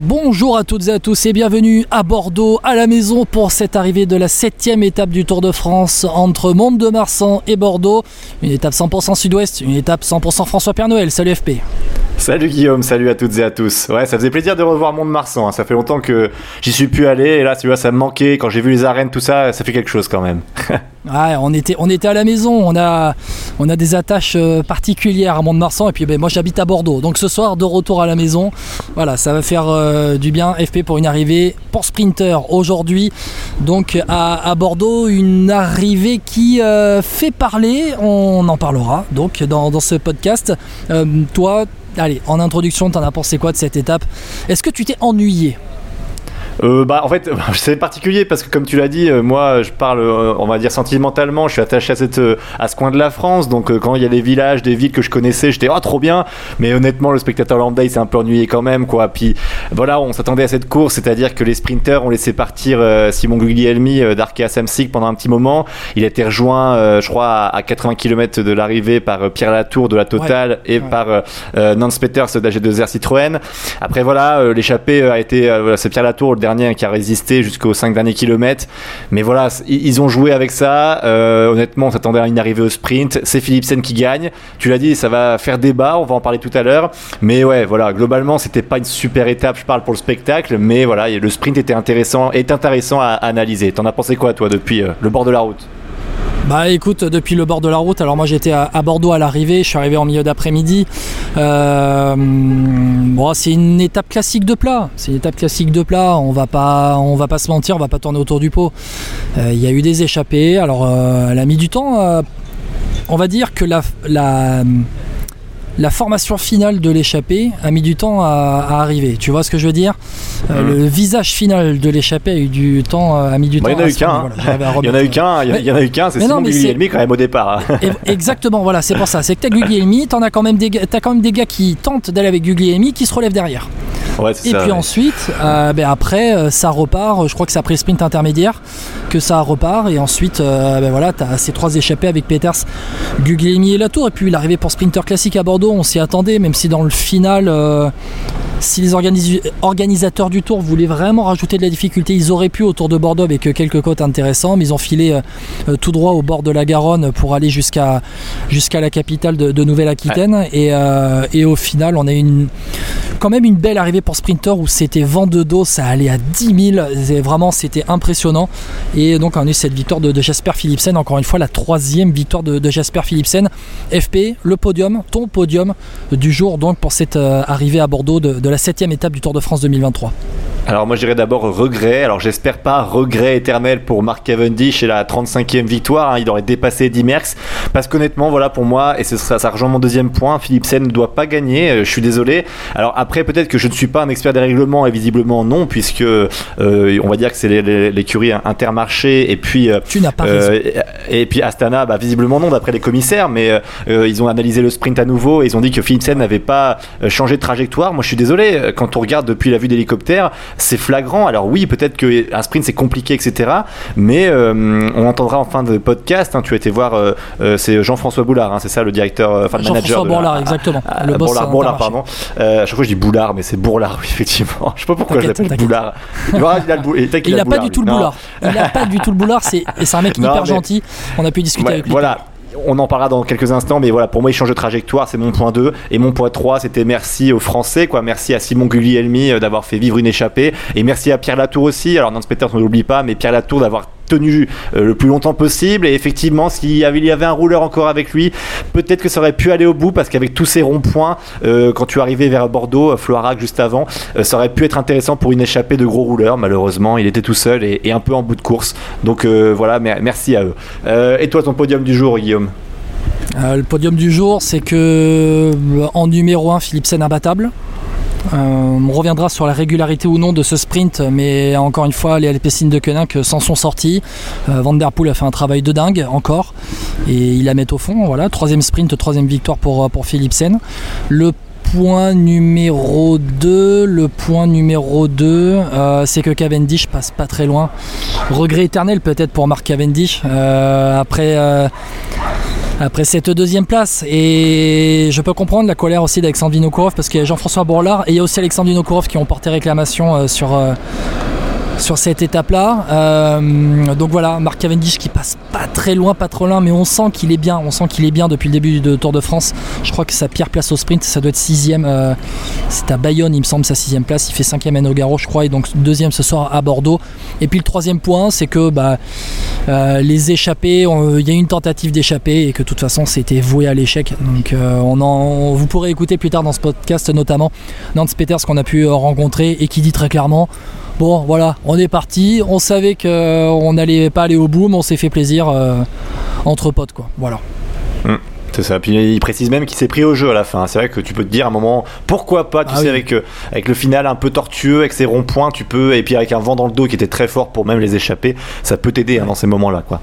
Bonjour à toutes et à tous et bienvenue à Bordeaux, à la maison pour cette arrivée de la 7e étape du Tour de France entre Mont-de-Marsan et Bordeaux. Une étape 100% sud-ouest, une étape 100% François Père Noël. Salut FP. Salut Guillaume, salut à toutes et à tous. Ouais, ça faisait plaisir de revoir Mont-de-Marsan, hein. Ça fait longtemps que j'y suis plus allé et là, tu vois, ça me manquait. Quand j'ai vu les arènes, tout ça, ça fait quelque chose quand même. Ouais, on était à la maison, on a des attaches particulières à Mont-de-Marsan et puis moi j'habite à Bordeaux. Donc ce soir, de retour à la maison, voilà, ça va faire du bien FP pour une arrivée pour sprinter aujourd'hui. Donc à Bordeaux, une arrivée qui fait parler, on en parlera donc dans ce podcast. Toi, allez, en introduction, t'en as pensé quoi de cette étape ? Est-ce que tu t'es ennuyé ? En fait, c'est particulier parce que comme tu l'as dit, moi je parle, on va dire sentimentalement, je suis attaché à ce coin de la France, donc quand il y a des villages, des villes que je connaissais, j'étais trop bien, mais honnêtement le spectateur lambda il s'est un peu ennuyé quand même quoi. Puis voilà, on s'attendait à cette course, c'est-à-dire que les sprinters ont laissé partir Simon Guglielmi d'Arkea Samsic pendant un petit moment. Il a été rejoint je crois à 80 km de l'arrivée par Pierre Latour de la Total par Nance Peters d'AG2R Citroën. Après voilà, l'échappée a été c'est Pierre Latour le dernier qui a résisté jusqu'aux 5 derniers kilomètres, mais voilà, ils ont joué avec ça. Honnêtement, on s'attendait à une arrivée au sprint. C'est Philipsen qui gagne, tu l'as dit, ça va faire débat, on va en parler tout à l'heure, mais ouais, voilà, globalement c'était pas une super étape, je parle pour le spectacle, mais voilà, le sprint était intéressant à analyser. T'en as pensé quoi toi depuis le bord de la route ? Bah écoute, depuis le bord de la route, alors moi j'étais à Bordeaux à l'arrivée, je suis arrivé en milieu d'après-midi. C'est une étape classique de plat. On va pas se mentir, on va pas tourner autour du pot. Il y a eu des échappées, alors elle a mis du temps. On va dire que la formation finale de l'échappée a mis du temps à arriver. Tu vois ce que je veux dire ? Le visage final de l'échappée a mis du temps. Il y en a eu qu'un. Il y en a eu qu'un. C'est Simon Guglielmi quand même au départ. Exactement. Voilà, c'est pour ça. C'est que t'as Guglielmi, t'as quand même des gars qui tentent d'aller avec Guglielmi, qui se relèvent derrière. Ouais, c'est et ça, puis ensuite, après, ça repart. Je crois que c'est après le sprint intermédiaire que ça repart. Et ensuite, t'as ces 3 échappées avec Peters, Guglielmi et Latour. Et puis l'arrivée pour sprinter classique à Bordeaux, on s'y attendait, même si dans le final, si les organisateurs du Tour voulaient vraiment rajouter de la difficulté, ils auraient pu autour de Bordeaux avec quelques côtes intéressants, mais ils ont filé tout droit au bord de la Garonne pour aller jusqu'à la capitale de Nouvelle-Aquitaine. Ouais. Et au final, on a quand même une belle arrivée pour sprinter où c'était vent de dos, ça allait à 10 000, vraiment c'était impressionnant. Et donc on a eu cette victoire de Jasper Philipsen, encore une fois la 3e victoire de Jasper Philipsen. FP, le podium, ton podium du jour donc pour cette arrivée à Bordeaux de la 7e étape du Tour de France 2023. Alors moi je dirais d'abord regret, alors j'espère pas regret éternel pour Mark Cavendish et la 35e victoire, il aurait dépassé Eddy Merckx, parce qu'honnêtement voilà pour moi, et ça rejoint mon deuxième point, Philipsen ne doit pas gagner, je suis désolé. Alors après peut-être que je ne suis pas un expert des règlements et visiblement non, puisque on va dire que c'est l'écurie Intermarché et puis tu n'as pas raison. Et puis Astana, visiblement non d'après les commissaires, mais ils ont analysé le sprint à nouveau et ils ont dit que Philipsen n'avait pas changé de trajectoire. Moi je suis désolé, quand on regarde depuis la vue d'hélicoptère, c'est flagrant. Alors oui, peut-être qu'un sprint c'est compliqué, etc. Mais on entendra en fin de podcast, tu as été voir, c'est Jean-François Boulard, c'est ça le directeur, le manager. Jean-François Bourlard, exactement. Le boss Bourlard, pardon. À chaque fois je dis Boulard, mais c'est Bourlard, oui, effectivement. Je sais pas pourquoi je l'appelle Boulard. Il n'a pas du tout le Boulard. Il n'a pas du tout le Boulard, et c'est un mec hyper gentil. On a pu discuter avec lui. Voilà. On en parlera dans quelques instants, mais voilà, pour moi il change de trajectoire, c'est mon point 2, et mon point 3 c'était merci aux Français, merci à Simon Guglielmi d'avoir fait vivre une échappée, et merci à Pierre Latour aussi. Alors Nance Peters on ne l'oublie pas, mais Pierre Latour d'avoir tenu le plus longtemps possible, et effectivement s'il y avait un rouleur encore avec lui, peut-être que ça aurait pu aller au bout, parce qu'avec tous ces ronds-points quand tu arrivais vers Bordeaux, Floirac juste avant, ça aurait pu être intéressant pour une échappée de gros rouleurs. Malheureusement il était tout seul et un peu en bout de course, donc voilà, merci à eux. Et toi, ton podium du jour, Guillaume? Le podium du jour, c'est que en numéro 1, Philipsen imbattable. On reviendra sur la régularité ou non de ce sprint, mais encore une fois les Alpecin de Koenig s'en sont sortis. Van der Poel a fait un travail de dingue encore et il la met au fond. Voilà, 3e sprint, 3e victoire pour Philipsen. Le point numéro 2, c'est que Cavendish passe pas très loin. Regret éternel peut-être pour Mark Cavendish après cette deuxième place. Et je peux comprendre la colère aussi d'Alexandre Vinokourov, parce qu'il y a Jean-François Bourlard et il y a aussi Alexandre Vinokourov qui ont porté réclamation sur cette étape-là. Donc voilà, Mark Cavendish qui passe pas très loin, pas trop loin, mais on sent qu'il est bien. On sent qu'il est bien depuis le début du Tour de France. Je crois que sa pire place au sprint, ça doit être 6ème. C'est à Bayonne, il me semble, sa 6ème place. Il fait 5ème à Nogaro, je crois, et donc 2ème ce soir à Bordeaux. Et puis le 3ème point, c'est que les échappés, il y a une tentative d'échapper et que de toute façon, c'était voué à l'échec. Donc vous pourrez écouter plus tard dans ce podcast, notamment Nance Peters qu'on a pu rencontrer et qui dit très clairement: bon, voilà, on est parti, on savait qu'on n'allait pas aller au bout, mais on s'est fait plaisir entre potes, quoi. Voilà. C'est ça. Puis il précise même qu'il s'est pris au jeu à la fin. C'est vrai que tu peux te dire à un moment, pourquoi pas, tu sais, oui. avec le final un peu tortueux, avec ses ronds-points, tu peux, et puis avec un vent dans le dos qui était très fort pour même les échapper, ça peut t'aider dans ces moments-là, quoi.